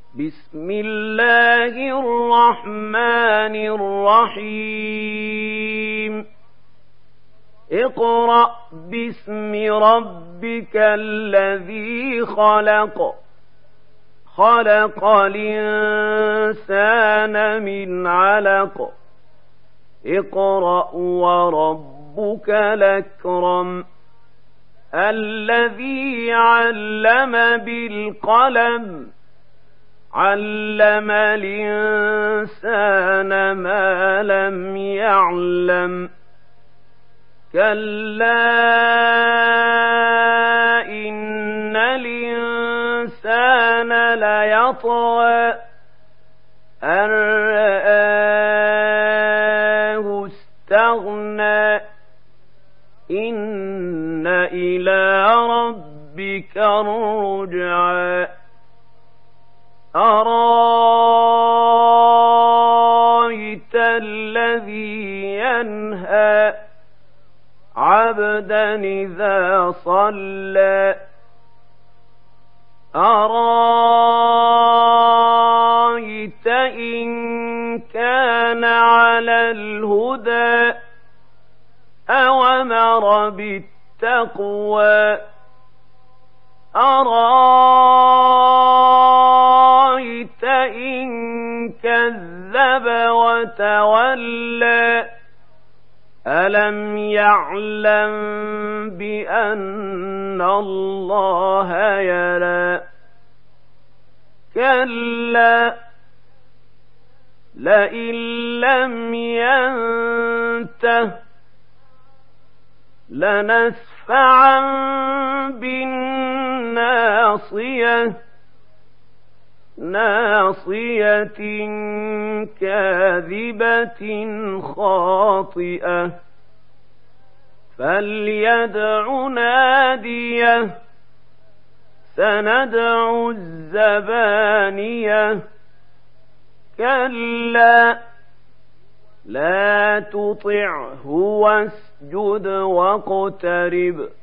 بسم الله الرحمن الرحيم اقرأ باسم ربك الذي خلق خلق الإنسان من علق اقرأ وربك الأكرم الذي علم بالقلم علم الإنسان ما لم يعلم كلا إن الإنسان ليطغى أن رآه استغنى إن إلى ربك الرجعى أرايت الذي ينهى عبدا إذا صلى أرايت إن كان على الهدى أوامر بالتقوى أرايت إن كذب وتولى ألم يعلم بأن الله يرى كلا لئن لم ينته لنسفعا بالناصية ناصية كاذبة خاطئة فليدع ناديه سندع الزبانية كلا لا تطعه واسجد واقترب